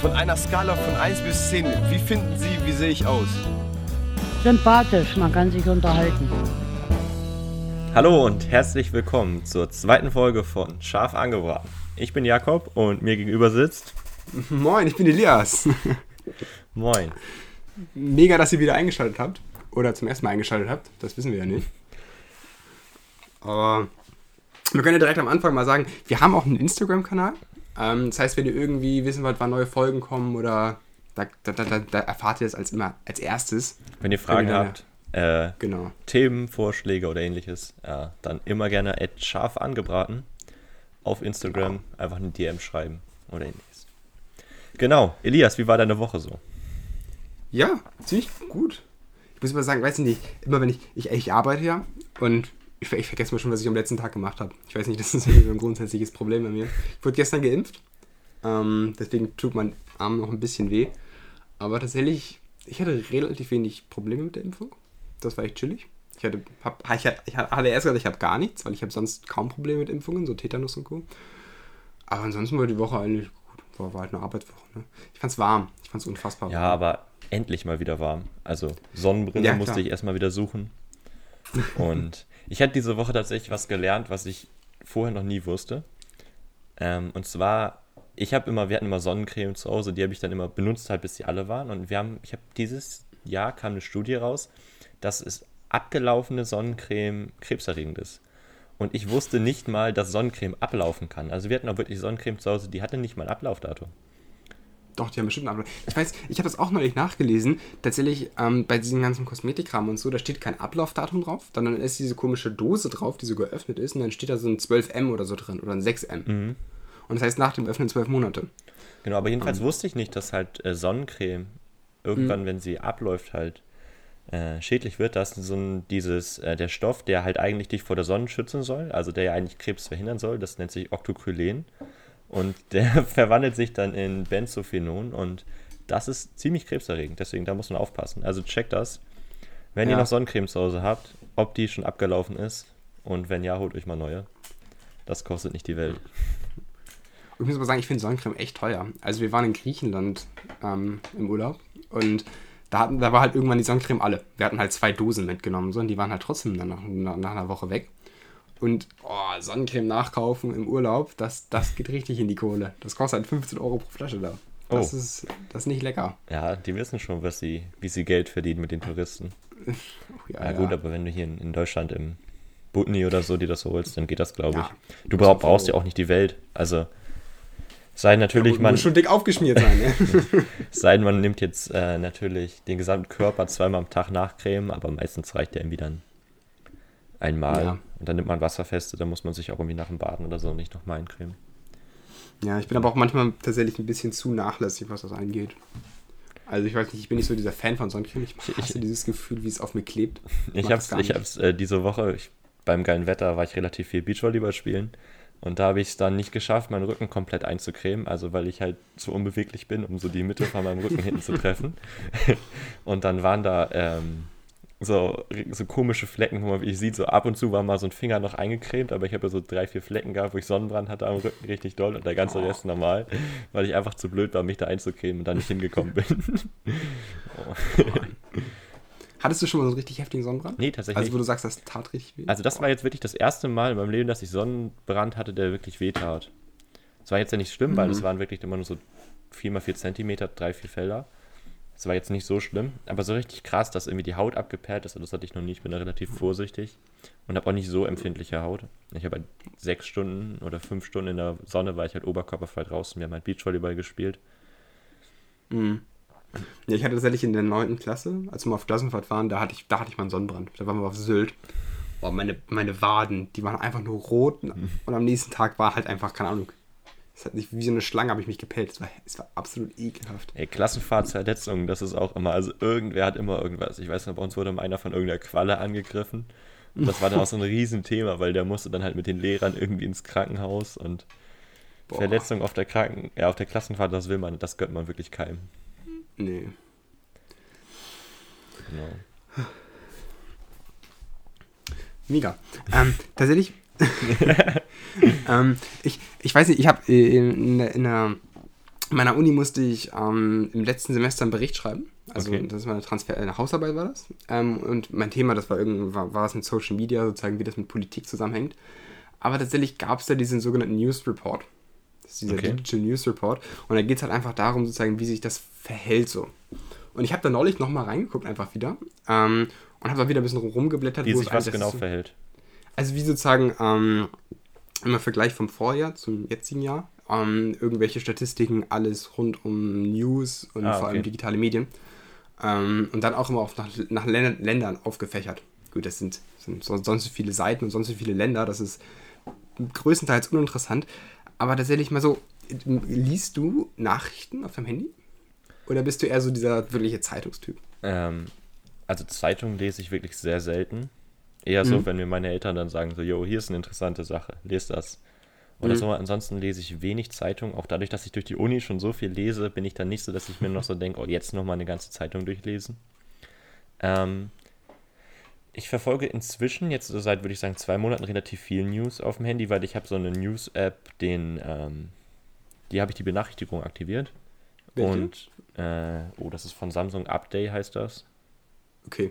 Von einer Skala von 1 bis 10, wie finden Sie, wie sehe ich aus? Sympathisch, man kann sich unterhalten. Hallo und herzlich willkommen zur zweiten Folge von Scharf angebraten. Ich bin Jakob und mir gegenüber sitzt... Moin, ich bin Elias. Moin. Mega, dass ihr wieder eingeschaltet habt. Oder zum ersten Mal eingeschaltet habt. Das wissen wir ja nicht. Aber wir können ja direkt am Anfang mal sagen, wir haben auch einen Instagram-Kanal. Das heißt, wenn ihr irgendwie wissen wollt, wann neue Folgen kommen oder da erfahrt ihr das als erstes. Wenn ihr Fragen habt, genau. Themenvorschläge oder ähnliches, dann immer gerne @scharfangebraten auf Instagram, einfach eine DM schreiben oder ähnliches. Genau, Elias, wie war deine Woche so? Ja, ziemlich gut. Ich muss immer sagen, weiß nicht, immer wenn ich arbeite ja und ich vergesse mal schon, was ich am letzten Tag gemacht habe. Ich weiß nicht, das ist irgendwie ein grundsätzliches Problem bei mir. Ich wurde gestern geimpft, deswegen tut mein Arm noch ein bisschen weh. Aber tatsächlich, ich hatte relativ wenig Probleme mit der Impfung. Das war echt chillig. Ich hatte erst gedacht, ich habe gar nichts, weil ich habe sonst kaum Probleme mit Impfungen, so Tetanus und Co. Aber ansonsten war die Woche eigentlich gut. War halt eine Arbeitswoche. Ne? Ich fand's warm. Ich fand's unfassbar warm. Ja, aber endlich mal wieder warm. Also Sonnenbrille musste ich erstmal wieder suchen. Und ich hatte diese Woche tatsächlich was gelernt, was ich vorher noch nie wusste. Und zwar, wir hatten immer Sonnencreme zu Hause, die habe ich dann immer benutzt, halt bis die alle waren. Und dieses Jahr kam eine Studie raus, dass es abgelaufene Sonnencreme krebserregend ist. Und ich wusste nicht mal, dass Sonnencreme ablaufen kann. Also wir hatten auch wirklich Sonnencreme zu Hause, die hatte nicht mal ein Ablaufdatum. Doch, die haben bestimmt einen Ablauf. Ich weiß, ich habe das auch neulich nachgelesen. Tatsächlich, bei diesem ganzen Kosmetikkram und so, da steht kein Ablaufdatum drauf, sondern ist diese komische Dose drauf, die so geöffnet ist, und dann steht da so ein 12M oder so drin, oder ein 6M. Mhm. Und das heißt nach dem Öffnen 12 Monate. Genau, aber jedenfalls wusste ich nicht, dass halt Sonnencreme irgendwann, wenn sie abläuft, halt schädlich wird. Das ist der Stoff, der halt eigentlich dich vor der Sonne schützen soll, also der ja eigentlich Krebs verhindern soll, das nennt sich Octocrylen. Und der verwandelt sich dann in Benzophenon und das ist ziemlich krebserregend, deswegen da muss man aufpassen. Also checkt das, wenn ihr noch Sonnencreme zu Hause habt, ob die schon abgelaufen ist und wenn ja, holt euch mal neue. Das kostet nicht die Welt. Ich muss aber sagen, ich finde Sonnencreme echt teuer. Also wir waren in Griechenland im Urlaub und da war halt irgendwann die Sonnencreme alle. Wir hatten halt 2 Dosen mitgenommen so, und die waren halt trotzdem dann nach einer Woche weg. Und Sonnencreme nachkaufen im Urlaub, das geht richtig in die Kohle. Das kostet halt 15 € pro Flasche da. Das ist nicht lecker. Ja, die wissen schon, wie sie Geld verdienen mit den Touristen. Ja, gut, aber wenn du hier in Deutschland im Butni oder so dir das holst, dann geht das, glaube ich. Du brauchst ja auch nicht die Welt. Also sei natürlich muss schon dick aufgeschmiert sein, ne? Sei denn, man nimmt jetzt natürlich den gesamten Körper 2-mal am Tag nachcremen, aber meistens reicht der irgendwie dann einmal. Ja. Und dann nimmt man Wasserfeste, dann muss man sich auch irgendwie nach dem Baden oder so nicht nochmal eincremen. Ja, ich bin aber auch manchmal tatsächlich ein bisschen zu nachlässig, was das angeht. Also ich weiß nicht, ich bin nicht so dieser Fan von Sonnencreme. Ich hasse dieses Gefühl, wie es auf mir klebt. Ich hab's diese Woche, beim geilen Wetter war ich relativ viel Beachvolleyball spielen. Und da habe ich es dann nicht geschafft, meinen Rücken komplett einzucremen, also weil ich halt so unbeweglich bin, um so die Mitte von meinem Rücken hinten zu treffen. Und dann waren da so komische Flecken, wo man wirklich sieht, so ab und zu war mal so ein Finger noch eingecremt, aber ich habe ja so 3-4 Flecken gehabt, wo ich Sonnenbrand hatte am Rücken, richtig doll, und der ganze Rest normal, weil ich einfach zu blöd war, mich da einzucremen und da nicht hingekommen bin. Hattest du schon mal so einen richtig heftigen Sonnenbrand? Nee, tatsächlich. Also wo du sagst, das tat richtig weh? Also das war jetzt wirklich das erste Mal in meinem Leben, dass ich Sonnenbrand hatte, der wirklich weh tat. Das war jetzt ja nicht schlimm, weil es waren wirklich immer nur so 4x4 Zentimeter, 3-4 Felder. Das war jetzt nicht so schlimm, aber so richtig krass, dass irgendwie die Haut abgeperrt ist, das hatte ich noch nie. Ich bin da relativ vorsichtig und habe auch nicht so empfindliche Haut. Ich habe halt 6 Stunden oder 5 Stunden in der Sonne, war ich halt oberkörperfrei draußen. Wir haben halt Beachvolleyball gespielt. Mhm. Ja, ich hatte tatsächlich in der 9. Klasse, als wir auf Klassenfahrt waren, da hatte ich mal einen Sonnenbrand. Da waren wir auf Sylt. Oh, meine Waden, die waren einfach nur rot und am nächsten Tag war halt einfach, keine Ahnung, es hat nicht, wie so eine Schlange habe ich mich gepellt. Es war absolut ekelhaft. Ey, Klassenfahrtverletzungen, das ist auch immer, also irgendwer hat immer irgendwas. Ich weiß noch, bei uns wurde mal einer von irgendeiner Qualle angegriffen. Und das war dann auch so ein Riesenthema, weil der musste dann halt mit den Lehrern irgendwie ins Krankenhaus und Verletzungen auf der Klassenfahrt, das gönnt man wirklich keinem. Nee. Genau. Mega. Tatsächlich, ich weiß nicht, ich habe in In meiner Uni musste ich im letzten Semester einen Bericht schreiben. Also Okay. das war eine Hausarbeit war das. Und mein Thema, das war was mit Social Media, sozusagen, wie das mit Politik zusammenhängt. Aber tatsächlich gab es da diesen sogenannten News Report. Das ist dieser Okay. Digital News Report. Und da geht es halt einfach darum, sozusagen, wie sich das verhält so. Und ich habe da neulich nochmal reingeguckt, einfach wieder. Und habe da wieder ein bisschen rumgeblättert. Wie wo sich es was eigentlich genau so, verhält. also wie sozusagen im Vergleich vom Vorjahr zum jetzigen Jahr, irgendwelche Statistiken, alles rund um News und vor allem okay. digitale Medien. Und dann auch immer nach Ländern aufgefächert. Gut, das sind sonst so viele Seiten und sonst so viele Länder, das ist größtenteils uninteressant. Aber tatsächlich mal so, liest du Nachrichten auf deinem Handy? Oder bist du eher so dieser wirkliche Zeitungstyp? Also Zeitungen lese ich wirklich sehr selten. Eher so, wenn mir meine Eltern dann sagen, so, jo, hier ist eine interessante Sache, lest das. Oder so, ansonsten lese ich wenig Zeitung. Auch dadurch, dass ich durch die Uni schon so viel lese, bin ich dann nicht so, dass ich mir noch so denke, oh, jetzt nochmal eine ganze Zeitung durchlesen. Ich verfolge inzwischen, jetzt so seit, würde ich sagen, 2 Monaten relativ viel News auf dem Handy, weil ich habe so eine News-App, die habe ich die Benachrichtigung aktiviert. Welche? Und, das ist von Samsung, Update heißt das. Okay.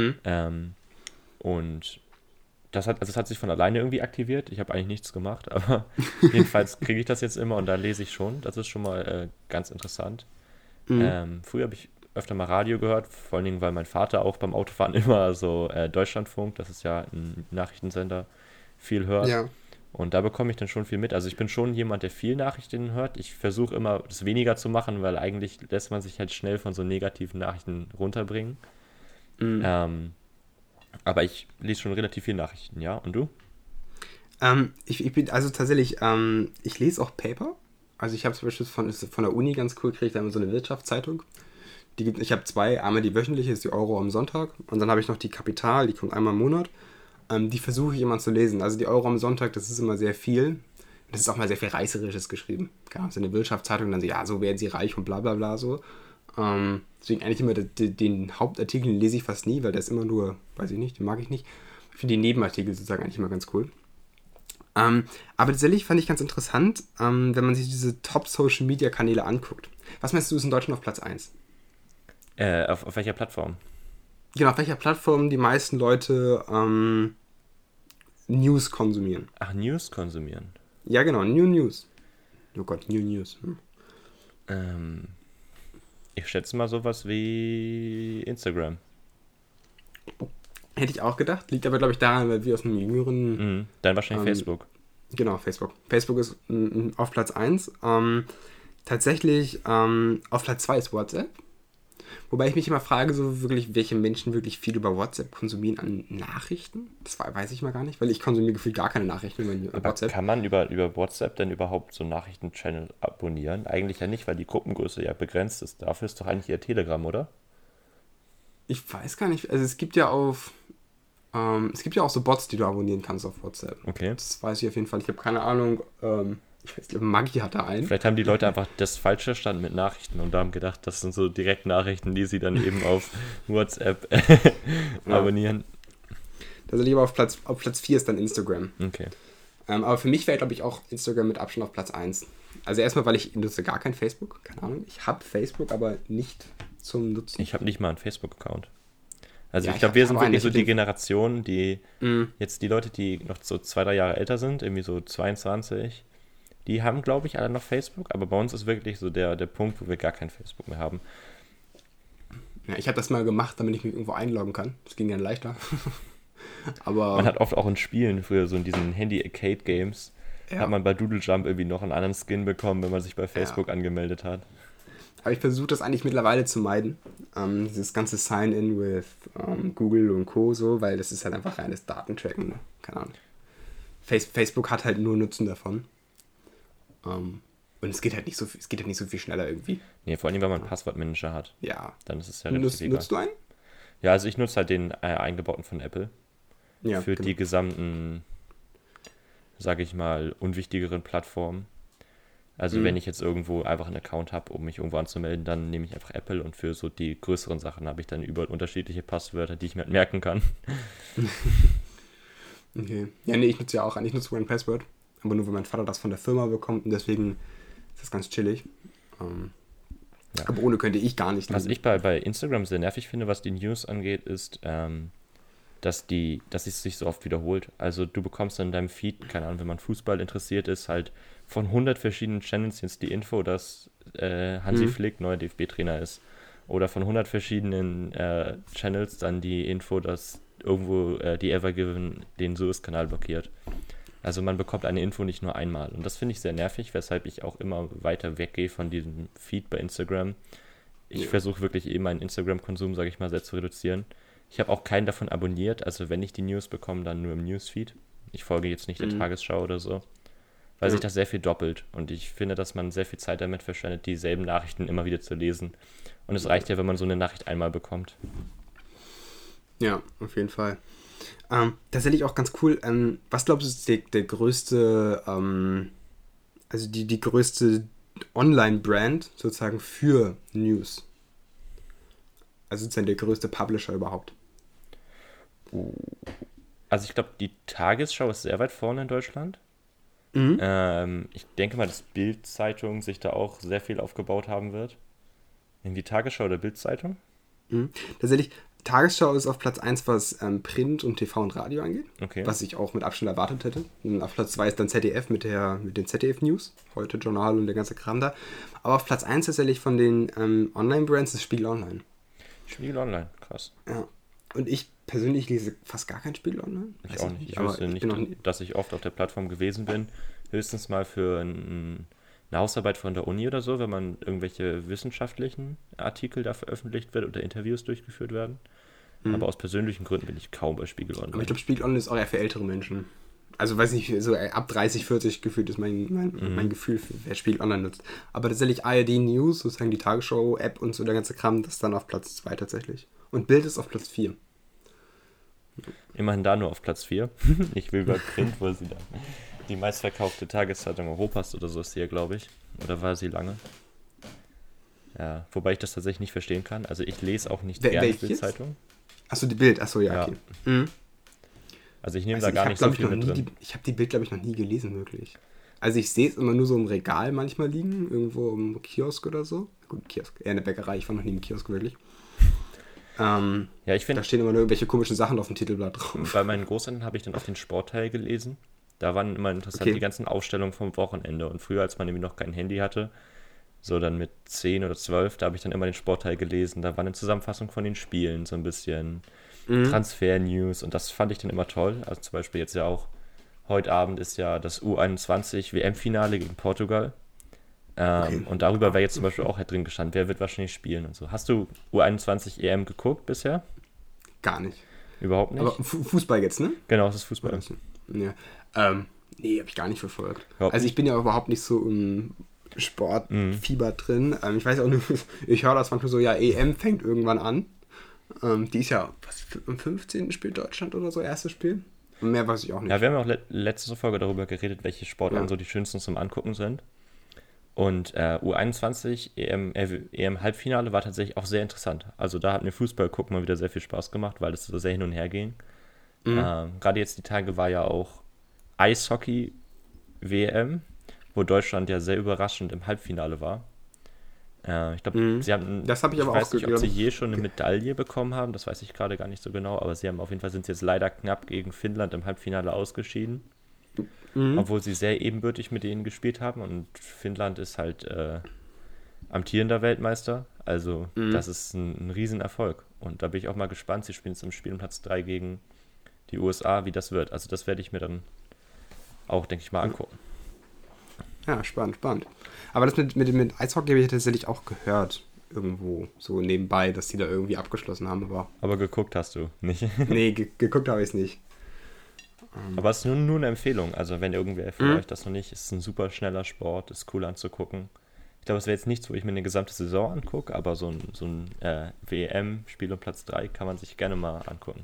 Und das hat sich von alleine irgendwie aktiviert. Ich habe eigentlich nichts gemacht, aber jedenfalls kriege ich das jetzt immer und da lese ich schon. Das ist schon mal ganz interessant. Früher habe ich öfter mal Radio gehört, vor allen Dingen, weil mein Vater auch beim Autofahren immer so Deutschlandfunk, das ist ja ein Nachrichtensender, viel hört. Ja. Und da bekomme ich dann schon viel mit. Also ich bin schon jemand, der viel Nachrichten hört. Ich versuche immer, das weniger zu machen, weil eigentlich lässt man sich halt schnell von so negativen Nachrichten runterbringen. Aber ich lese schon relativ viel Nachrichten, ja? Und du? Ich bin also tatsächlich, ich lese auch Paper. Also ich habe zum Beispiel von der Uni ganz cool, kriege ich da immer so eine Wirtschaftszeitung. Ich habe 2, einmal die wöchentliche, ist die Euro am Sonntag. Und dann habe ich noch die Kapital, die kommt einmal im Monat. Die versuche ich immer zu lesen. Also die Euro am Sonntag, das ist immer sehr viel. Das ist auch mal sehr viel Reißerisches geschrieben. Klar, so eine Wirtschaftszeitung, dann so, ja, so werden sie reich und bla bla bla so. Deswegen eigentlich immer den Hauptartikel lese ich fast nie, weil der ist immer nur, weiß ich nicht, den mag ich nicht. Ich finde die Nebenartikel sozusagen eigentlich immer ganz cool. Aber tatsächlich fand ich ganz interessant, wenn man sich diese Top-Social-Media-Kanäle anguckt. Was meinst du, ist in Deutschland auf Platz 1? Auf welcher Plattform? Genau, auf welcher Plattform die meisten Leute News konsumieren. Ach, News konsumieren. Ja, genau, New News. Oh Gott, New News. Ich schätze mal sowas wie Instagram. Hätte ich auch gedacht. Liegt aber, glaube ich, daran, weil wir aus einem jüngeren... Dann wahrscheinlich Facebook. Genau, Facebook. Facebook ist auf Platz 1. Tatsächlich auf Platz 2 ist WhatsApp. Wobei ich mich immer frage, so wirklich, welche Menschen wirklich viel über WhatsApp konsumieren an Nachrichten. Das weiß ich mal gar nicht, weil ich konsumiere gefühlt gar keine Nachrichten über Aber WhatsApp. kann man über WhatsApp denn überhaupt so einen Nachrichten-Channel abonnieren? Eigentlich ja nicht, weil die Gruppengröße ja begrenzt ist. Dafür ist doch eigentlich eher Telegram, oder? Ich weiß gar nicht. Also es gibt ja auch so Bots, die du abonnieren kannst auf WhatsApp. Okay. Das weiß ich auf jeden Fall. Ich habe keine Ahnung. Ich weiß nicht, Maggi hat da einen. Vielleicht haben die Leute einfach das falsch verstanden mit Nachrichten und da haben gedacht, das sind so Direktnachrichten, die sie dann eben auf WhatsApp abonnieren. Tatsächlich aber auf Platz 4 ist dann Instagram. Okay. Aber für mich wäre, glaube ich, auch Instagram mit Abstand auf Platz 1. Also erstmal, weil ich nutze gar kein Facebook. Keine Ahnung. Ich habe Facebook, aber nicht zum Nutzen. Ich habe nicht mal einen Facebook-Account. Also Ja, ich ich glaube, wir hab sind auch einen, wirklich so ich die hab den- Generation, die jetzt die Leute, die noch so 2-3 Jahre älter sind, irgendwie so 22, die haben, glaube ich, alle noch Facebook, aber bei uns ist wirklich so der Punkt, wo wir gar kein Facebook mehr haben. Ja, ich habe das mal gemacht, damit ich mich irgendwo einloggen kann. Das ging dann leichter. Aber Man hat oft auch in Spielen früher so in diesen Handy-Arcade-Games, Ja. hat man bei Doodle Jump irgendwie noch einen anderen Skin bekommen, wenn man sich bei Facebook angemeldet hat. Aber ich versuche das eigentlich mittlerweile zu meiden. Dieses ganze Sign-in with Google und Co. so, weil das ist halt einfach reines Datentracken. Ne? Keine Ahnung. Facebook hat halt nur Nutzen davon. Und es geht halt nicht so viel schneller irgendwie. Nee, vor allem, wenn man einen Passwortmanager hat, Ja. dann ist es ja relativ egal. Nutzt du einen? Ja, also ich nutze halt den eingebauten von Apple Ja, für genau. die gesamten, sage ich mal, unwichtigeren Plattformen. Also wenn ich jetzt irgendwo einfach einen Account habe, um mich irgendwo anzumelden, dann nehme ich einfach Apple und für so die größeren Sachen habe ich dann überall unterschiedliche Passwörter, die ich mir halt merken kann. Okay. Ja, nee, ich nutze ja auch einen. Ich nutze OnePassword. Aber nur, wenn mein Vater das von der Firma bekommt und deswegen ist das ganz chillig. Ja. Aber ohne könnte ich gar nicht Was lesen. ich bei Instagram sehr nervig finde, was die News angeht, ist, dass es sich so oft wiederholt. Also du bekommst dann in deinem Feed, keine Ahnung, wenn man Fußball interessiert ist, halt von 100 verschiedenen Channels jetzt die Info, dass Hansi Flick neuer DFB-Trainer ist. Oder von 100 verschiedenen Channels dann die Info, dass irgendwo die Ever Given den Suezkanal blockiert. Also man bekommt eine Info nicht nur einmal. Und das finde ich sehr nervig, weshalb ich auch immer weiter weggehe von diesem Feed bei Instagram. Ich versuche wirklich eben meinen Instagram-Konsum, sage ich mal, sehr zu reduzieren. Ich habe auch keinen davon abonniert. Also wenn ich die News bekomme, dann nur im Newsfeed. Ich folge jetzt nicht der Tagesschau oder so. Weil sich das sehr viel doppelt. Und ich finde, dass man sehr viel Zeit damit verschwendet, dieselben Nachrichten immer wieder zu lesen. Und es reicht ja, wenn man so eine Nachricht einmal bekommt. Ja, auf jeden Fall. Tatsächlich auch ganz cool. Was glaubst du, ist der größte, also die größte Online-Brand sozusagen für News? Also sozusagen der größte Publisher überhaupt. Also ich glaube, die Tagesschau ist sehr weit vorne in Deutschland. Ich denke mal, dass Bild-Zeitung sich da auch sehr viel aufgebaut haben wird. In die Tagesschau oder Bild-Zeitung? Tatsächlich, Tagesschau ist auf Platz 1, was Print und TV und Radio angeht. Okay. Was ich auch mit Abstand erwartet hätte. Und auf Platz 2 ist dann ZDF mit den ZDF-News. Heute Journal und der ganze Kram da. Aber auf Platz 1 tatsächlich von den Online-Brands ist Spiegel Online. Spiegel Online, krass. Ja. Und ich persönlich lese fast gar kein Spiegel Online. Ich auch nicht. Ich wüsste nicht, dass ich oft auf der Plattform gewesen bin. Höchstens mal für eine Hausarbeit von der Uni oder so, wenn man irgendwelche wissenschaftlichen Artikel da veröffentlicht wird oder Interviews durchgeführt werden. Aber aus persönlichen Gründen bin ich kaum bei Spiegel Online. Aber ich glaube, Spiegel Online ist auch eher für ältere Menschen. Also weiß nicht, so ab 30, 40 gefühlt ist mein Gefühl, für wer Spiegel Online nutzt. Aber tatsächlich ARD News, sozusagen die Tagesschau-App und so der ganze Kram, das ist dann auf Platz 2 tatsächlich. Und Bild ist auf Platz 4. Immerhin da nur auf Platz 4. Ich will bei Print, wo sie da die meistverkaufte Tageszeitung Europas oder so ist sie ja, glaube ich. Oder war sie lange? Ja, wobei ich das tatsächlich nicht verstehen kann. Also ich lese auch nicht gerne Bild-Zeitung. Achso, die Bild. Achso, ja, okay. Also ich nehme da gar nicht so viel mit drin. Ich habe die Bild, glaube ich, noch nie gelesen, wirklich. Also ich sehe es immer nur so im Regal manchmal liegen, irgendwo im Kiosk oder so. Gut, Kiosk, eher eine Bäckerei, ich war noch nie im Kiosk, wirklich. Ja, ich finde, da stehen immer nur irgendwelche komischen Sachen auf dem Titelblatt drauf. Bei meinen Großeltern habe ich dann auch den Sportteil gelesen. Da waren immer interessant die ganzen Aufstellungen vom Wochenende. Und früher, als man nämlich noch kein Handy hatte, so dann mit 10 oder 12, da habe ich dann immer den Sportteil gelesen. Da war eine Zusammenfassung von den Spielen, so ein bisschen Transfer-News. Und das fand ich dann immer toll. Also zum Beispiel jetzt ja auch, heute Abend ist ja das U21 WM-Finale gegen Portugal. Und darüber wäre jetzt zum Beispiel auch halt drin gestanden, wer wird wahrscheinlich spielen und so. Hast du U21 EM geguckt bisher? Gar nicht. Überhaupt nicht? Aber Fußball jetzt, ne? Genau, das ist Fußball. Ja. Nee, habe ich gar nicht verfolgt. Überhaupt also ich bin ja überhaupt nicht so im Sportfieber drin. Ich weiß auch nur, ich höre das manchmal so, ja, EM fängt irgendwann an. Die ist ja, am 15. spielt Deutschland oder so, erstes Spiel. Und mehr weiß ich auch nicht. Ja, wir haben ja auch letzte Folge darüber geredet, welche Sportarten so die schönsten zum Angucken sind. Und U21 EM Halbfinale war tatsächlich auch sehr interessant. Also da hat mir Fußball gucken mal wieder sehr viel Spaß gemacht, weil es so sehr hin und her ging. Gerade jetzt die Tage war ja auch Eishockey WM, wo Deutschland ja sehr überraschend im Halbfinale war. Ich glaube, sie haben, das habe ich aber weiß auch nicht, ob sie je schon eine Medaille bekommen haben, das weiß ich gerade gar nicht so genau, aber sie haben auf jeden Fall, sind jetzt leider knapp gegen Finnland im Halbfinale ausgeschieden. Obwohl sie sehr ebenbürtig mit denen gespielt haben und Finnland ist halt amtierender Weltmeister. Also das ist ein Riesenerfolg. Und da bin ich auch mal gespannt. Sie spielen jetzt im Spiel um Platz 3 gegen die USA, wie das wird. Also das werde ich mir dann auch, denke ich mal, angucken. Ja, spannend. Aber das mit Eishockey habe ich tatsächlich auch gehört. Irgendwo so nebenbei, dass die da irgendwie abgeschlossen haben. Aber geguckt hast du nicht? Nee, geguckt habe ich es nicht. Aber es ist nur eine Empfehlung. Also wenn irgendwer von euch das noch nicht, ist ein super schneller Sport, ist cool anzugucken. Ich glaube, es wäre jetzt nichts, wo ich mir eine gesamte Saison angucke, aber so ein WM-Spiel um Platz 3 kann man sich gerne mal angucken.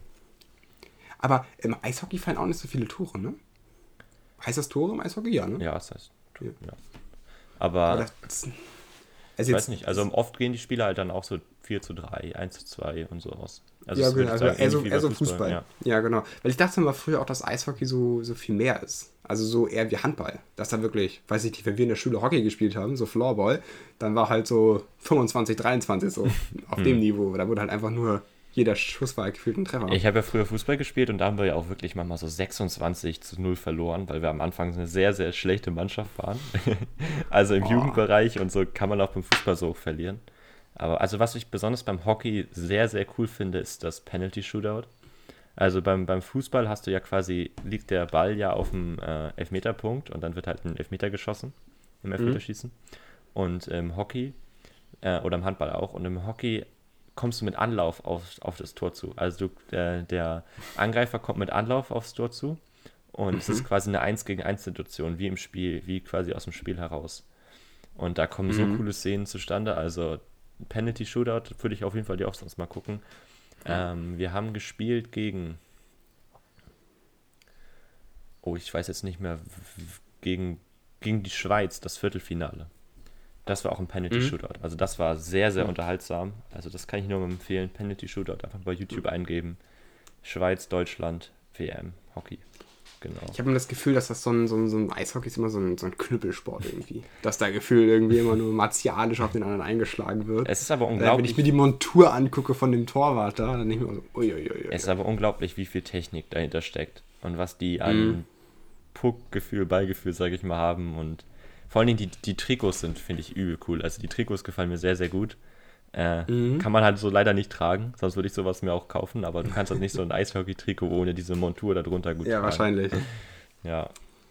Aber im Eishockey fallen auch nicht so viele Tore, ne? Heißt das Tore im Eishockey? Ja, ne? Ja, das heißt ja. Aber also ich weiß nicht, also oft gehen die Spieler halt dann auch so 4:3, 1:2 und so aus. Also Ja, es genau, wird also da ähnlich wie bei eher so Fußball. Ja. Ja, genau. Weil ich dachte immer früher auch, dass Eishockey so viel mehr ist. Also so eher wie Handball. Dass da wirklich, weiß ich nicht, wenn wir in der Schule Hockey gespielt haben, so Floorball, dann war halt so 25, 23 so auf dem Niveau. Da wurde halt einfach nur jeder Schuss war halt gefühlt ein Treffer. Ich habe ja früher Fußball gespielt und da haben wir ja auch wirklich manchmal so 26:0 verloren, weil wir am Anfang eine sehr, sehr schlechte Mannschaft waren. Also im Jugendbereich und so kann man auch beim Fußball so verlieren. Aber also was ich besonders beim Hockey sehr, sehr cool finde, ist das Penalty Shootout. Also beim Fußball hast du ja quasi, liegt der Ball ja auf dem Elfmeterpunkt und dann wird halt ein Elfmeter geschossen im Elfmeterschießen. Und im Hockey, oder im Handball auch, und im Hockey kommst du mit Anlauf auf das Tor zu. Also der Angreifer kommt mit Anlauf aufs Tor zu und es ist quasi eine 1-gegen-1 Situation, wie im Spiel, wie quasi aus dem Spiel heraus. Und da kommen so coole Szenen zustande, also Penalty Shootout würde ich auf jeden Fall dir auch sonst mal gucken. Wir haben gespielt gegen, ich weiß jetzt nicht mehr, gegen die Schweiz, das Viertelfinale. Das war auch ein Penalty Shootout. Also das war sehr, sehr unterhaltsam. Also das kann ich nur empfehlen. Penalty Shootout, einfach bei YouTube eingeben. Schweiz, Deutschland, WM, Hockey. Genau. Ich habe immer das Gefühl, dass das so ein Eishockey ist immer so ein Knüppelsport irgendwie. Dass da Gefühl irgendwie immer nur martialisch auf den anderen eingeschlagen wird. Es ist aber unglaublich. Wenn ich mir die Montur angucke von dem Torwart da, dann denke ich mir so, uiuiui. Es ist aber unglaublich, wie viel Technik dahinter steckt. Und was die an Puckgefühl, Ballgefühl, sage ich mal, haben. Und vor allen Dingen die Trikots finde ich, übel cool. Also die Trikots gefallen mir sehr, sehr gut. Kann man halt so leider nicht tragen, sonst würde ich sowas mir auch kaufen, aber du kannst halt nicht so ein Eishockey-Trikot ohne diese Montur darunter gut tragen. Ja, wahrscheinlich. Ja.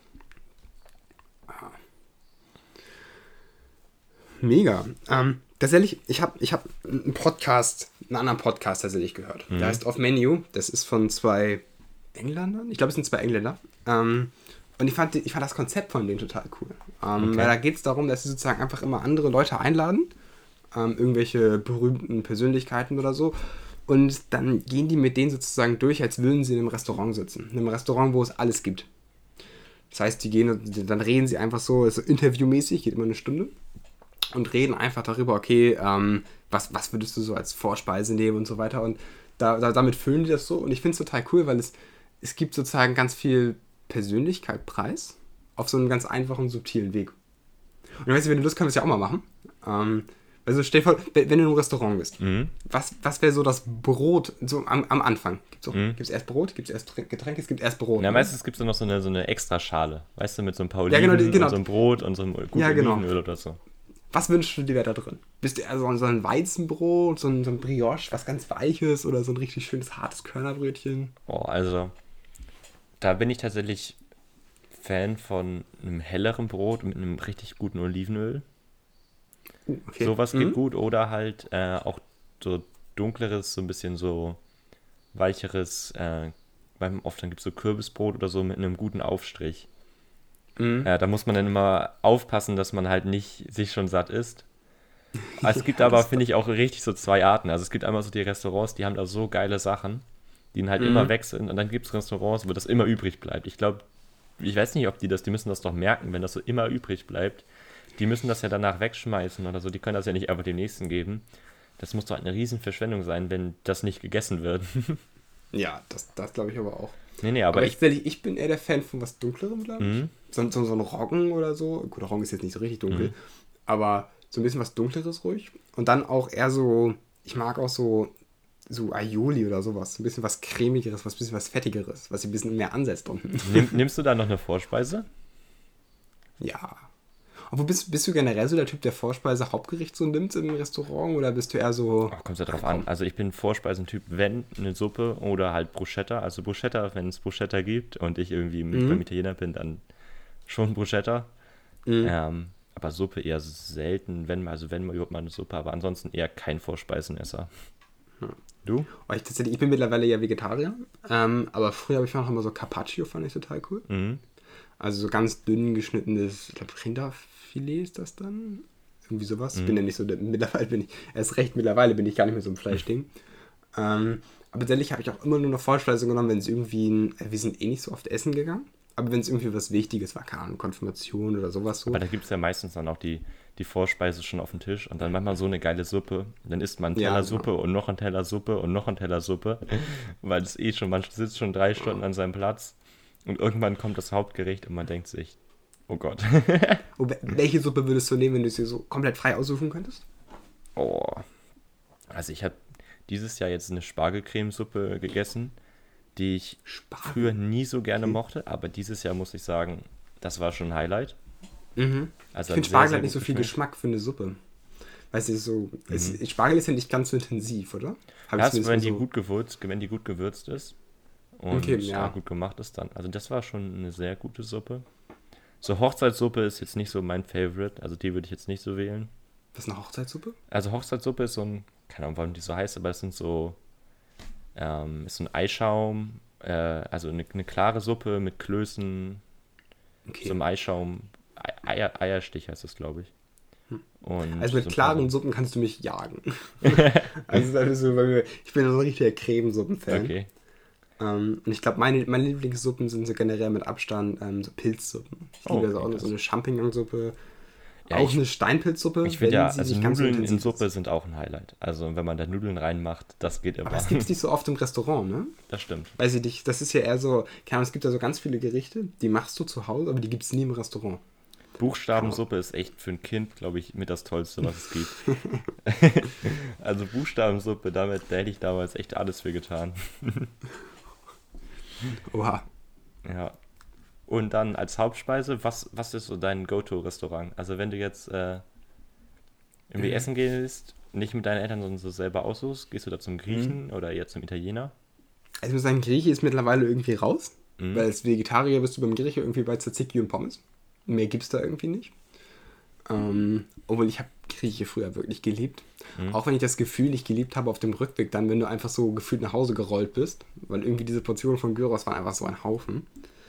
Mega. Tatsächlich, ich hab einen anderen Podcast tatsächlich gehört. Der heißt Off Menu. Das ist von 2 Engländern. Ich glaube, es sind 2 Engländer. Und ich fand das Konzept von denen total cool. Weil da geht es darum, dass sie sozusagen einfach immer andere Leute einladen, irgendwelche berühmten Persönlichkeiten oder so. Und dann gehen die mit denen sozusagen durch, als würden sie in einem Restaurant sitzen. In einem Restaurant, wo es alles gibt. Das heißt, dann reden sie einfach so interviewmäßig, geht immer eine Stunde. Und reden einfach darüber, okay, was würdest du so als Vorspeise nehmen und so weiter. Und damit füllen die das so. Und ich finde es total cool, weil es gibt sozusagen ganz viel Persönlichkeit preis auf so einem ganz einfachen, subtilen Weg. Und weißt du, wenn du Lust, können wir es ja auch mal machen. Also stell dir vor, wenn du in einem Restaurant bist, was wäre so das Brot so am Anfang? Gibt's erst Brot, gibt's erst Getränke, es gibt erst Brot. Ja, meistens gibt es noch so eine Extraschale, weißt du, mit so ein paar Ja, Oliven genau. und so einem Brot und so einem guten Olivenöl oder so. Was wünschst du dir da drin? Bist du eher so ein Weizenbrot, so ein Brioche, was ganz Weiches oder so ein richtig schönes, hartes Körnerbrötchen? Also, da bin ich tatsächlich Fan von einem helleren Brot mit einem richtig guten Olivenöl. Okay. Sowas geht gut. Oder halt auch so dunkleres, so ein bisschen so weicheres, oft dann gibt es so Kürbisbrot oder so mit einem guten Aufstrich. Da muss man dann immer aufpassen, dass man halt nicht sich schon satt isst. Es gibt aber, finde ich, auch richtig so 2 Arten. Also es gibt einmal so die Restaurants, die haben da so geile Sachen, die dann halt immer weg sind. Und dann gibt es Restaurants, wo das immer übrig bleibt. Ich glaube, ich weiß nicht, ob die müssen das doch merken, wenn das so immer übrig bleibt. Die müssen das ja danach wegschmeißen oder so. Die können das ja nicht einfach dem Nächsten geben. Das muss doch eine riesen Verschwendung sein, wenn das nicht gegessen wird. Ja, das glaube ich aber auch. Nee, aber ich bin eher der Fan von was Dunklerem, glaube ich. So ein Roggen oder so. Gut, Roggen ist jetzt nicht so richtig dunkel. Aber so ein bisschen was Dunkleres ruhig. Und dann auch eher so, ich mag auch so Aioli oder sowas. Ein bisschen was Cremigeres, ein bisschen was Fettigeres, was ein bisschen mehr ansetzt unten. Nimmst du da noch eine Vorspeise? Ja. Aber bist du generell so der Typ, der Vorspeise Hauptgericht so nimmt im Restaurant oder bist du eher so... Kommt ja drauf an. Also ich bin Vorspeisentyp, wenn eine Suppe oder halt Bruschetta. Also Bruschetta, wenn es Bruschetta gibt und ich irgendwie beim Italiener bin, dann schon Bruschetta. Aber Suppe eher selten, wenn mal überhaupt mal eine Suppe, aber ansonsten eher kein Vorspeisenesser. Du? Ich bin mittlerweile ja Vegetarier, aber früher habe ich noch immer so Carpaccio, fand ich total cool. Also so ganz dünn geschnittenes, ich glaube Rinderfilet ist das dann? Irgendwie sowas. Ich bin ja nicht so, mittlerweile bin ich gar nicht mehr so im Fleischding. Aber tatsächlich habe ich auch immer nur noch Vorspeise genommen, wenn es irgendwie, wir sind eh nicht so oft essen gegangen. Aber wenn es irgendwie was Wichtiges war, keine Ahnung, Konfirmation oder sowas so. Aber da gibt es ja meistens dann auch die Vorspeise schon auf dem Tisch und dann manchmal so eine geile Suppe. Dann isst man einen Teller Suppe und noch einen Teller Suppe und noch einen Teller Suppe, weil es man sitzt schon 3 Stunden an seinem Platz und irgendwann kommt das Hauptgericht und man denkt sich, oh Gott. Welche Suppe würdest du nehmen, wenn du es dir so komplett frei aussuchen könntest? Oh. Also ich habe dieses Jahr jetzt eine Spargelcremesuppe gegessen, die ich früher nie so gerne mochte, aber dieses Jahr muss ich sagen, das war schon ein Highlight. Mhm. Also ich finde Spargel hat nicht so viel Geschmack für eine Suppe. Weißt du, so, Spargel ist ja nicht ganz so intensiv, oder? Wenn die gut gewürzt ist und gut gemacht ist dann. Also das war schon eine sehr gute Suppe. So Hochzeitssuppe ist jetzt nicht so mein Favorite, also die würde ich jetzt nicht so wählen. Was ist eine Hochzeitssuppe? Also Hochzeitssuppe ist so ein, keine Ahnung, warum die so heißt, aber es sind so, ist so ein Eischaum, also eine klare Suppe mit Klößen, so einem Eischaum, Eierstich heißt das, glaube ich. Und also mit klaren Suppen kannst du mich jagen. Also das ist so, ich bin so ein richtiger Cremesuppen-Fan. Okay. Und ich glaube, meine Lieblingssuppen sind so generell mit Abstand so Pilzsuppen. Ich liebe also auch so eine Champignonsuppe. Ja, auch eine Steinpilzsuppe. Ich finde ja, also Nudeln in Suppe sind auch ein Highlight. Also wenn man da Nudeln reinmacht, das geht immer. Aber das gibt es nicht so oft im Restaurant, ne? Das stimmt. Weiß ich nicht, das ist ja eher so, keine Ahnung, es gibt ja so ganz viele Gerichte, die machst du zu Hause, aber die gibt es nie im Restaurant. Buchstabensuppe ist echt für ein Kind, glaube ich, mit das Tollste, was es gibt. Also Buchstabensuppe, da hätte ich damals echt alles für getan. Oha. Ja. Und dann als Hauptspeise, was ist so dein Go-To-Restaurant? Also wenn du jetzt irgendwie essen gehst, nicht mit deinen Eltern, sondern so selber aussuchst, gehst du da zum Griechen oder eher zum Italiener? Also ich muss sagen, Grieche ist mittlerweile irgendwie raus, weil als Vegetarier bist du beim Grieche irgendwie bei Tzatziki und Pommes. Mehr gibt's da irgendwie nicht. Obwohl ich habe Grieche früher wirklich geliebt. Auch wenn ich das Gefühl nicht geliebt habe auf dem Rückweg, dann, wenn du einfach so gefühlt nach Hause gerollt bist, weil irgendwie diese Portionen von Gyros waren einfach so ein Haufen.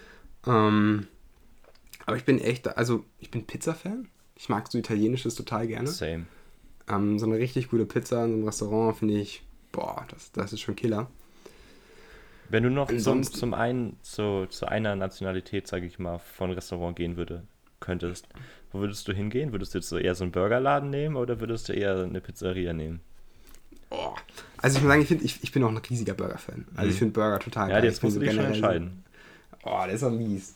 Aber ich bin Pizza-Fan. Ich mag so Italienisches total gerne. Same. So eine richtig gute Pizza in so einem Restaurant finde ich, das ist schon Killer. Wenn du noch zu einer Nationalität, sage ich mal, von Restaurant gehen könntest, wo würdest du hingehen? Würdest du jetzt so eher so einen Burgerladen nehmen oder würdest du eher eine Pizzeria nehmen? Also ich muss sagen, ich bin auch ein riesiger Burger-Fan. Also ich finde Burger total geil. Ja, jetzt musst du dich schon entscheiden. Der ist auch mies.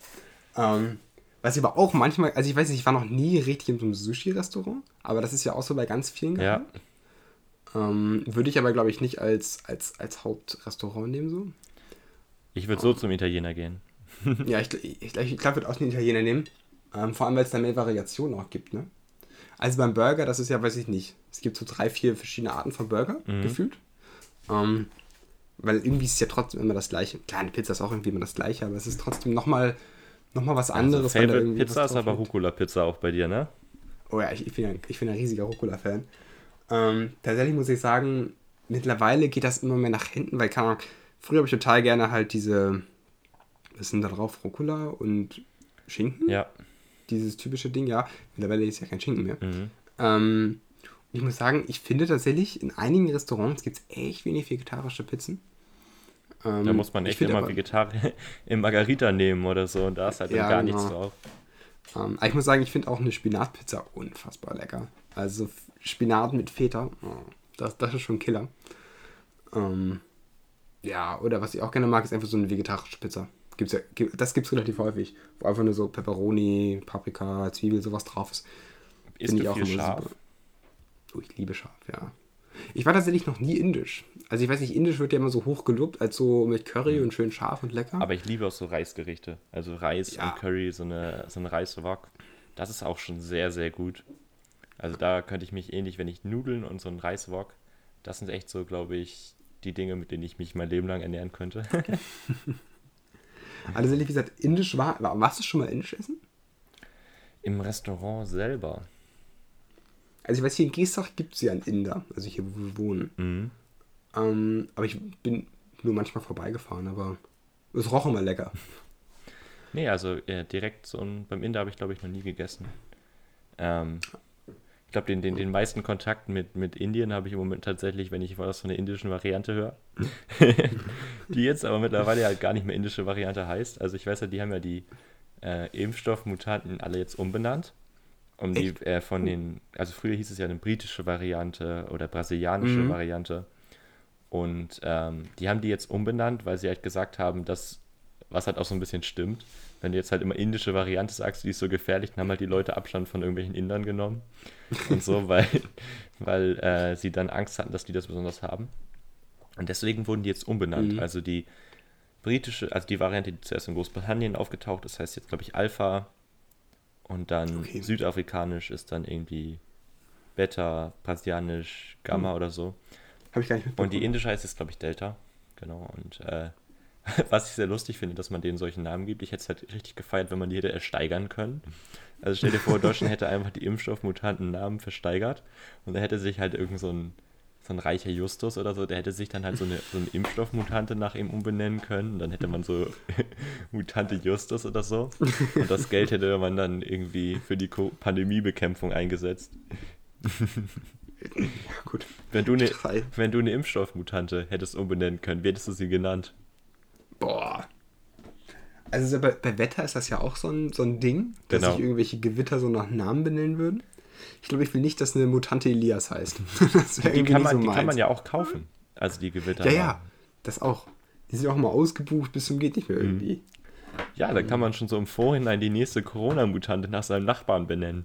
Was ich aber auch manchmal, also ich weiß nicht, ich war noch nie richtig in so einem Sushi-Restaurant, aber das ist ja auch so bei ganz vielen gehabt. Ja. Würde ich aber, glaube ich, nicht als Hauptrestaurant nehmen so. Ich würde so zum Italiener gehen. Ja, ich glaube, ich würde auch den Italiener nehmen. Vor allem, weil es da mehr Variationen auch gibt, ne? Also beim Burger, das ist ja, weiß ich nicht, es gibt so 3, 4 verschiedene Arten von Burger, gefühlt. Weil irgendwie ist es ja trotzdem immer das Gleiche. Klar, eine Pizza ist auch irgendwie immer das Gleiche, aber es ist trotzdem nochmal was anderes. Also Favorite Pizza ist aber Rucola-Pizza auch bei dir, ne? Oh ja, ich bin ein riesiger Rucola-Fan. Tatsächlich muss ich sagen, mittlerweile geht das immer mehr nach hinten, weil, keine Ahnung, früher habe ich total gerne halt was sind da drauf, Rucola und Schinken? Ja. Dieses typische Ding, ja. Mittlerweile ist ja kein Schinken mehr. Ich muss sagen, ich finde tatsächlich, in einigen Restaurants gibt es echt wenig vegetarische Pizzen. Da muss man echt immer Vegetarier im Margarita nehmen oder so und da ist halt gar nichts drauf. Aber ich muss sagen, ich finde auch eine Spinatpizza unfassbar lecker. Also Spinat mit Feta, das ist schon Killer. Ja, oder was ich auch gerne mag, ist einfach so eine vegetarische Pizza. Das gibt's relativ häufig, wo einfach nur so Pepperoni, Paprika, Zwiebel, sowas drauf ist. Isst du viel scharf? Super. Oh, ich liebe scharf, ja. Ich war tatsächlich noch nie indisch. Also ich weiß nicht, indisch wird ja immer so hoch gelobt, als so mit Curry und schön scharf und lecker. Aber ich liebe auch so Reisgerichte. Also Reis und Curry, so ein Reiswok. Das ist auch schon sehr, sehr gut. Also da könnte ich mich wenn ich Nudeln und so ein Reiswok, das sind echt so, glaube ich, die Dinge, mit denen ich mich mein Leben lang ernähren könnte. Also wie gesagt, indisch warst du schon mal indisch essen? Im Restaurant selber. Also ich weiß, hier in Geestach gibt es ja einen Inder, also hier, wo wir wohnen. Aber ich bin nur manchmal vorbeigefahren, aber es roch immer lecker. Nee, also direkt beim Inder habe ich, glaube ich, noch nie gegessen. Ich glaube, den meisten Kontakt mit Indien habe ich im Moment tatsächlich, wenn ich was von der indischen Variante höre. Die jetzt aber mittlerweile halt gar nicht mehr indische Variante heißt. Also ich weiß ja, die haben ja die Impfstoffmutanten alle jetzt umbenannt. Um die also früher hieß es ja eine britische Variante oder brasilianische Variante. Und die haben die jetzt umbenannt, weil sie halt gesagt haben, dass, was halt auch so ein bisschen stimmt, wenn du jetzt halt immer indische Variante sagst, die ist so gefährlich, dann haben halt die Leute Abstand von irgendwelchen Indern genommen und so, weil sie dann Angst hatten, dass die das besonders haben. Und deswegen wurden die jetzt umbenannt. Also die britische, also die Variante, die zuerst in Großbritannien aufgetaucht ist, heißt jetzt, glaube ich, Alpha. Und dann südafrikanisch ist dann irgendwie Beta, brasilianisch, Gamma oder so. Habe ich gar nicht mitbekommen. Und die indische heißt jetzt, glaube ich, Delta. Genau. Und was ich sehr lustig finde, dass man denen solchen Namen gibt. Ich hätte es halt richtig gefeiert, wenn man die hätte ersteigern können. Also stell dir vor, Deutschland hätte einfach die Impfstoffmutanten Namen versteigert und da hätte sich halt irgend so ein reicher Justus oder so, der hätte sich dann halt so eine Impfstoffmutante nach ihm umbenennen können. Und dann hätte man so Mutante Justus oder so. Und das Geld hätte man dann irgendwie für die Pandemiebekämpfung eingesetzt. Ja, gut. Wenn du eine Impfstoffmutante hättest umbenennen können, wie hättest du sie genannt? Boah. Also bei Wetter ist das ja auch so ein Ding, dass sich irgendwelche Gewitter so nach Namen benennen würden. Ich glaube, ich will nicht, dass eine Mutante Elias heißt. Die kann man ja auch kaufen. Also die Gewitter. Ja, das auch. Die sind auch immer ausgebucht bis zum geht nicht mehr irgendwie. Ja, da kann man schon so im Vorhinein die nächste Corona-Mutante nach seinem Nachbarn benennen.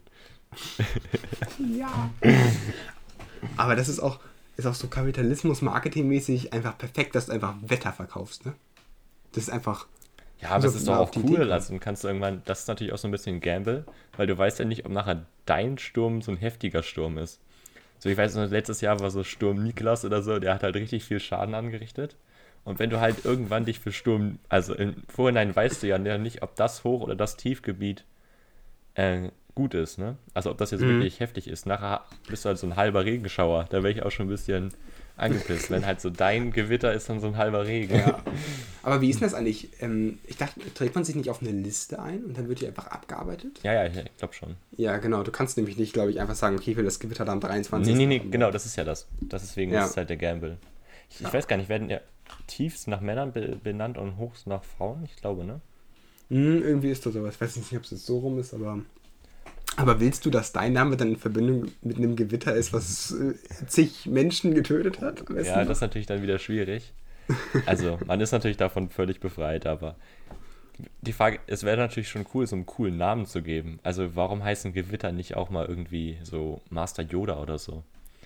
Ja. Aber das ist auch so Kapitalismus-Marketingmäßig einfach perfekt, dass du einfach Wetter verkaufst, ne? Das ist einfach... Ja, aber das ist doch auch cool. Also dann kannst du irgendwann, das ist natürlich auch so ein bisschen ein Gamble, weil du weißt ja nicht, ob nachher dein Sturm so ein heftiger Sturm ist. So, ich weiß noch, letztes Jahr war so Sturm Niklas oder so, der hat halt richtig viel Schaden angerichtet. Und wenn du halt irgendwann dich für Sturm, also im Vorhinein weißt du ja nicht, ob das Hoch- oder das Tiefgebiet gut ist, ne? Also ob das jetzt wirklich heftig ist. Nachher bist du halt so ein halber Regenschauer. Da wäre ich auch schon ein bisschen angepisst, wenn halt so dein Gewitter ist dann so ein halber Regen. Ja. Aber wie ist denn das eigentlich? Ich dachte, trägt man sich nicht auf eine Liste ein und dann wird die einfach abgearbeitet? Ja, ich glaube schon. Ja, genau. Du kannst nämlich nicht, glaube ich, einfach sagen, okay, ich will das Gewitter da am 23. Nee, genau, das ist ja das. Deswegen ist es halt der Gamble. Ich weiß gar nicht, werden ja Tiefs nach Männern benannt und Hochs nach Frauen? Ich glaube, ne? Irgendwie ist das sowas. Ich weiß nicht, ob es jetzt so rum ist, aber willst du, dass dein Name dann in Verbindung mit einem Gewitter ist, was zig Menschen getötet hat? Ja, das ist natürlich dann wieder schwierig. Also, man ist natürlich davon völlig befreit, aber die Frage, es wäre natürlich schon cool, so einen coolen Namen zu geben. Also, warum heißen Gewitter nicht auch mal irgendwie so Master Yoda oder so?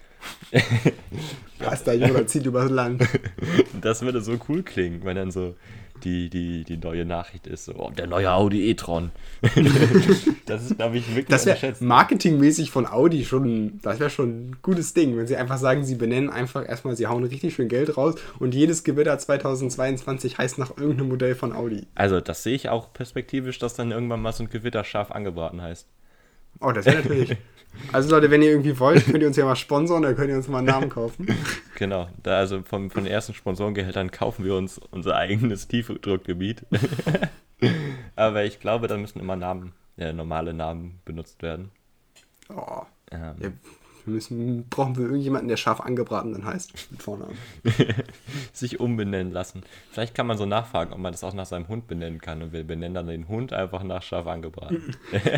Master Yoda zieht übers Land. Das würde so cool klingen, wenn dann so die neue Nachricht ist, so, der neue Audi e-tron. Das ist, glaube ich, wirklich das wäre marketingmäßig von Audi das wäre schon ein gutes Ding, wenn sie einfach sagen, sie benennen einfach erstmal, sie hauen richtig schön Geld raus und jedes Gewitter 2022 heißt nach irgendeinem Modell von Audi. Also das sehe ich auch perspektivisch, dass dann irgendwann mal so ein Gewitter scharf angebraten heißt. Oh, das wäre natürlich... Also Leute, wenn ihr irgendwie wollt, könnt ihr uns ja mal sponsoren, dann könnt ihr uns mal einen Namen kaufen. Genau, also von den ersten Sponsorengehältern kaufen wir uns unser eigenes Tiefdruckgebiet. Aber ich glaube, da müssen immer normale Namen benutzt werden. Oh. Ja, brauchen wir irgendjemanden, der scharf angebraten dann heißt, mit Vornamen. Sich umbenennen lassen. Vielleicht kann man so nachfragen, ob man das auch nach seinem Hund benennen kann und wir benennen dann den Hund einfach nach scharf angebraten.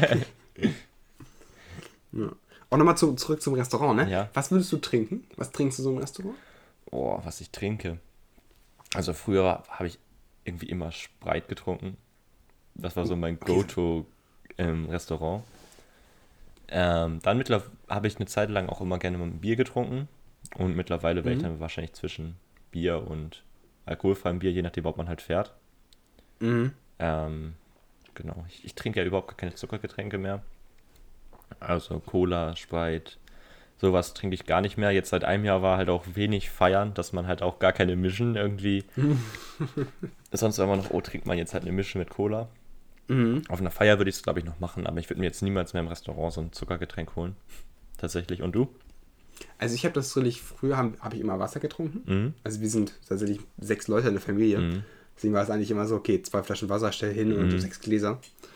Ja. Auch nochmal zurück zum Restaurant, ne? Ja. Was würdest du trinken? Was trinkst du so im Restaurant? Oh, was ich trinke. Also früher habe ich irgendwie immer Sprite getrunken. Das war so mein Go-To im Restaurant. Dann habe ich eine Zeit lang auch immer gerne mal ein Bier getrunken. Und mittlerweile wäre ich dann wahrscheinlich zwischen Bier und alkoholfreiem Bier, je nachdem, ob man halt fährt. Genau. Ich trinke ja überhaupt keine Zuckergetränke mehr. Also Cola, Sprite, sowas trinke ich gar nicht mehr. Jetzt seit einem Jahr war halt auch wenig feiern, dass man halt auch gar keine Mischen irgendwie. Sonst immer noch, trinkt man jetzt halt eine Mische mit Cola. Auf einer Feier würde ich es, glaube ich, noch machen, aber ich würde mir jetzt niemals mehr im Restaurant so ein Zuckergetränk holen. Tatsächlich. Und du? Also ich habe das früher habe ich immer Wasser getrunken. Also wir sind tatsächlich 6 Leute in der Familie. Deswegen war es eigentlich immer so, okay, 2 Flaschen Wasser, stell hin und 6 Gläser.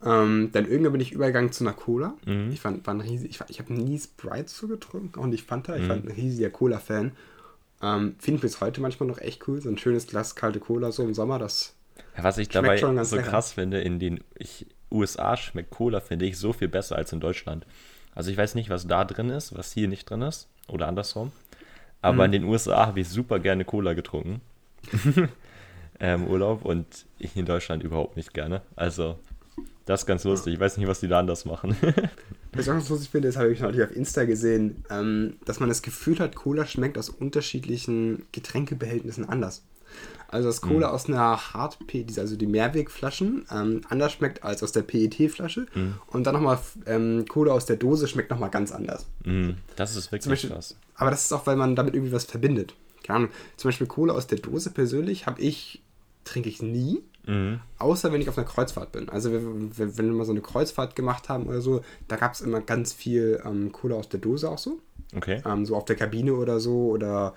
Dann irgendwann bin ich übergegangen zu einer Cola. Ich habe nie Sprite so getrunken, auch nicht Fanta. Ich war ein riesiger Cola-Fan. Finde ich bis heute manchmal noch echt cool. So ein schönes Glas kalte Cola so im Sommer, das Ja, was ich dabei schon ganz so lecker. krass finde, in den USA schmeckt Cola, finde ich, so viel besser als in Deutschland. Also ich weiß nicht, was da drin ist, was hier nicht drin ist. Oder andersrum. Aber in den USA habe ich super gerne Cola getrunken. Im Urlaub und ich in Deutschland überhaupt nicht gerne. Also, das ist ganz lustig. Ich weiß nicht, was die da anders machen. Was ich auch ganz lustig finde, das habe ich neulich auf Insta gesehen, dass man das Gefühl hat, Cola schmeckt aus unterschiedlichen Getränkebehältnissen anders. Also dass Cola aus einer Hard-PET, also die Mehrwegflaschen, anders schmeckt als aus der PET-Flasche. Und dann nochmal Cola aus der Dose schmeckt nochmal ganz anders. Das ist Zum wirklich Beispiel, krass. aber das ist auch, weil man damit irgendwie was verbindet. Keine Ahnung, zum Beispiel Cola aus der Dose persönlich trinke ich nie, außer wenn ich auf einer Kreuzfahrt bin. Also wenn wir mal so eine Kreuzfahrt gemacht haben oder so, da gab es immer ganz viel Cola aus der Dose auch so. Okay. So auf der Kabine oder so oder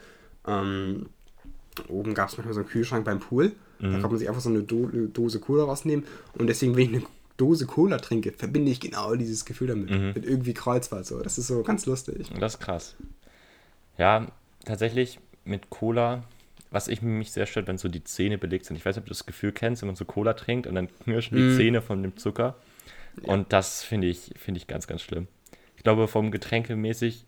oben gab es manchmal so einen Kühlschrank beim Pool. Da kann man sich einfach so eine Dose Cola rausnehmen und deswegen, wenn ich eine Dose Cola trinke, verbinde ich genau dieses Gefühl damit. Mit irgendwie Kreuzfahrt so. Das ist so ganz lustig. Das ist krass. Ja, tatsächlich mit Cola, was mich sehr stört, wenn so die Zähne belegt sind. Ich weiß nicht, ob du das Gefühl kennst, wenn man so Cola trinkt und dann knirschen die Zähne von dem Zucker. Ja. Und das finde ich ganz, ganz schlimm. Ich glaube, vom Getränkemäßig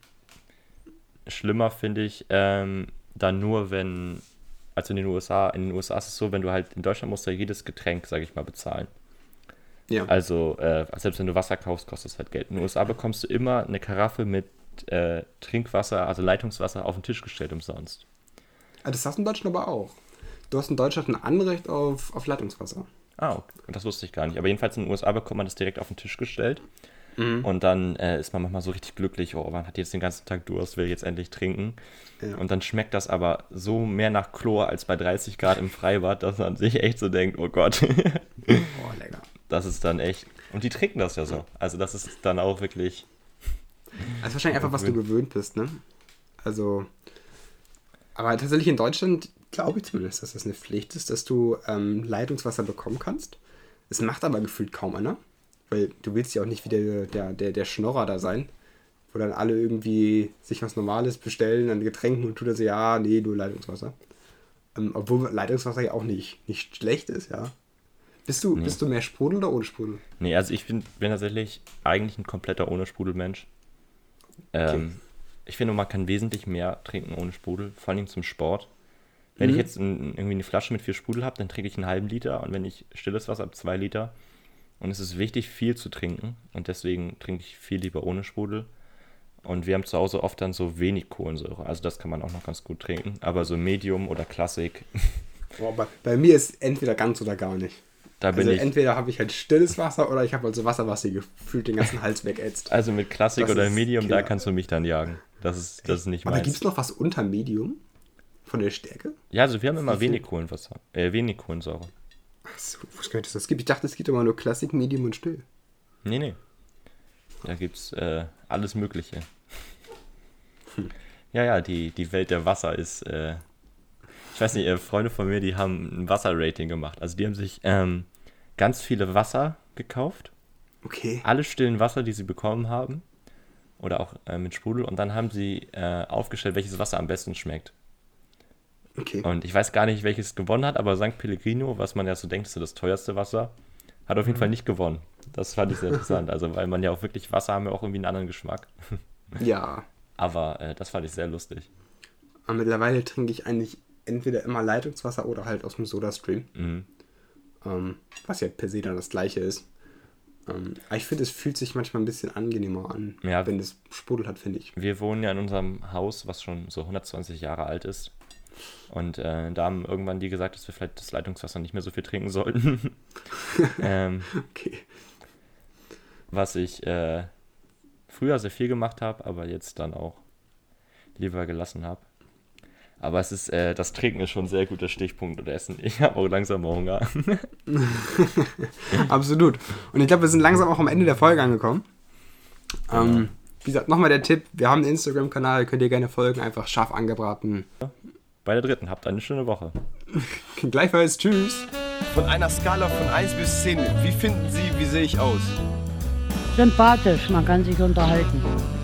schlimmer finde ich dann nur, also in den USA ist es so, wenn du halt, in Deutschland musst du ja jedes Getränk, sage ich mal, bezahlen. Ja. Also, selbst wenn du Wasser kaufst, kostet es halt Geld. In den USA bekommst du immer eine Karaffe mit Trinkwasser, also Leitungswasser, auf den Tisch gestellt umsonst. Das hast du in Deutschland aber auch. Du hast in Deutschland ein Anrecht auf Leitungswasser. Ah, okay. Das wusste ich gar nicht. Aber jedenfalls in den USA bekommt man das direkt auf den Tisch gestellt. Und dann ist man manchmal so richtig glücklich, oh, man hat jetzt den ganzen Tag Durst, will jetzt endlich trinken. Ja. Und dann schmeckt das aber so mehr nach Chlor als bei 30 Grad im Freibad, dass man sich echt so denkt, oh Gott. Oh, lecker. Das ist dann echt... Und die trinken das ja so. Also das ist dann auch wirklich... Das ist wahrscheinlich einfach, was du gewöhnt bist, ne? Also... Aber tatsächlich in Deutschland glaube ich zumindest, dass das eine Pflicht ist, dass du Leitungswasser bekommen kannst. Es macht aber gefühlt kaum einer. Weil du willst ja auch nicht wieder der Schnorrer da sein, wo dann alle irgendwie sich was Normales bestellen an Getränken und tut er so, ja, nee, nur Leitungswasser. Obwohl Leitungswasser ja auch nicht schlecht ist, ja. Bist du mehr Sprudel oder ohne Sprudel? Nee, also ich bin tatsächlich eigentlich ein kompletter ohne Sprudel-Mensch. Okay. Ich finde, man kann wesentlich mehr trinken ohne Sprudel, vor allem zum Sport. Wenn ich jetzt irgendwie eine Flasche mit 4 Sprudel habe, dann trinke ich einen halben Liter und wenn ich stilles Wasser habe, 2 Liter. Und es ist wichtig, viel zu trinken und deswegen trinke ich viel lieber ohne Sprudel. Und wir haben zu Hause oft dann so wenig Kohlensäure, also das kann man auch noch ganz gut trinken, aber so Medium oder Classic. Boah, bei mir ist entweder ganz oder gar nicht. Entweder habe ich halt stilles Wasser oder ich habe also Wasser, was sie gefühlt den ganzen Hals wegätzt. Also mit Classic das oder ist Medium, Killer. Da kannst du mich dann jagen. Das ist nicht meins. Aber gibt es noch was unter Medium? Von der Stärke? Ja, also wir haben immer wenig Kohlensäure. Achso, ich wusste gar nicht, dass das gibt. Ich dachte, es gibt immer nur Classic, Medium und Still. Nee. Da gibt's alles Mögliche. Ja, die Welt der Wasser ist, ich weiß nicht, Freunde von mir, die haben ein Wasser-Rating gemacht. Also die haben sich ganz viele Wasser gekauft. Okay. Alle stillen Wasser, die sie bekommen haben. Oder auch mit Sprudel. Und dann haben sie aufgestellt, welches Wasser am besten schmeckt. Okay. Und ich weiß gar nicht, welches gewonnen hat, aber St. Pellegrino, was man ja so denkt, ist so das teuerste Wasser, hat auf jeden Fall nicht gewonnen. Das fand ich sehr interessant. Also, weil man ja auch wirklich, Wasser haben ja auch irgendwie einen anderen Geschmack. Ja. Aber das fand ich sehr lustig. Aber mittlerweile trinke ich eigentlich entweder immer Leitungswasser oder halt aus dem Sodastream. Was ja per se dann das gleiche ist. Aber ich finde, es fühlt sich manchmal ein bisschen angenehmer an, ja, wenn es Sprudel hat, finde ich. Wir wohnen ja in unserem Haus, was schon so 120 Jahre alt ist. Und da haben irgendwann die gesagt, dass wir vielleicht das Leitungswasser nicht mehr so viel trinken sollten. Okay. Was ich früher sehr viel gemacht habe, aber jetzt dann auch lieber gelassen habe. Aber es ist, das Trinken ist schon ein sehr guter Stichpunkt oder Essen. Ich habe auch langsam mal Hunger. Absolut. Und ich glaube, wir sind langsam auch am Ende der Folge angekommen. Wie gesagt, nochmal der Tipp, wir haben einen Instagram-Kanal, könnt ihr gerne folgen, einfach scharf angebraten. Bei der dritten, habt eine schöne Woche. Gleichfalls, tschüss. Von einer Skala von 1 bis 10, wie finden Sie, wie sehe ich aus? Sympathisch, man kann sich unterhalten.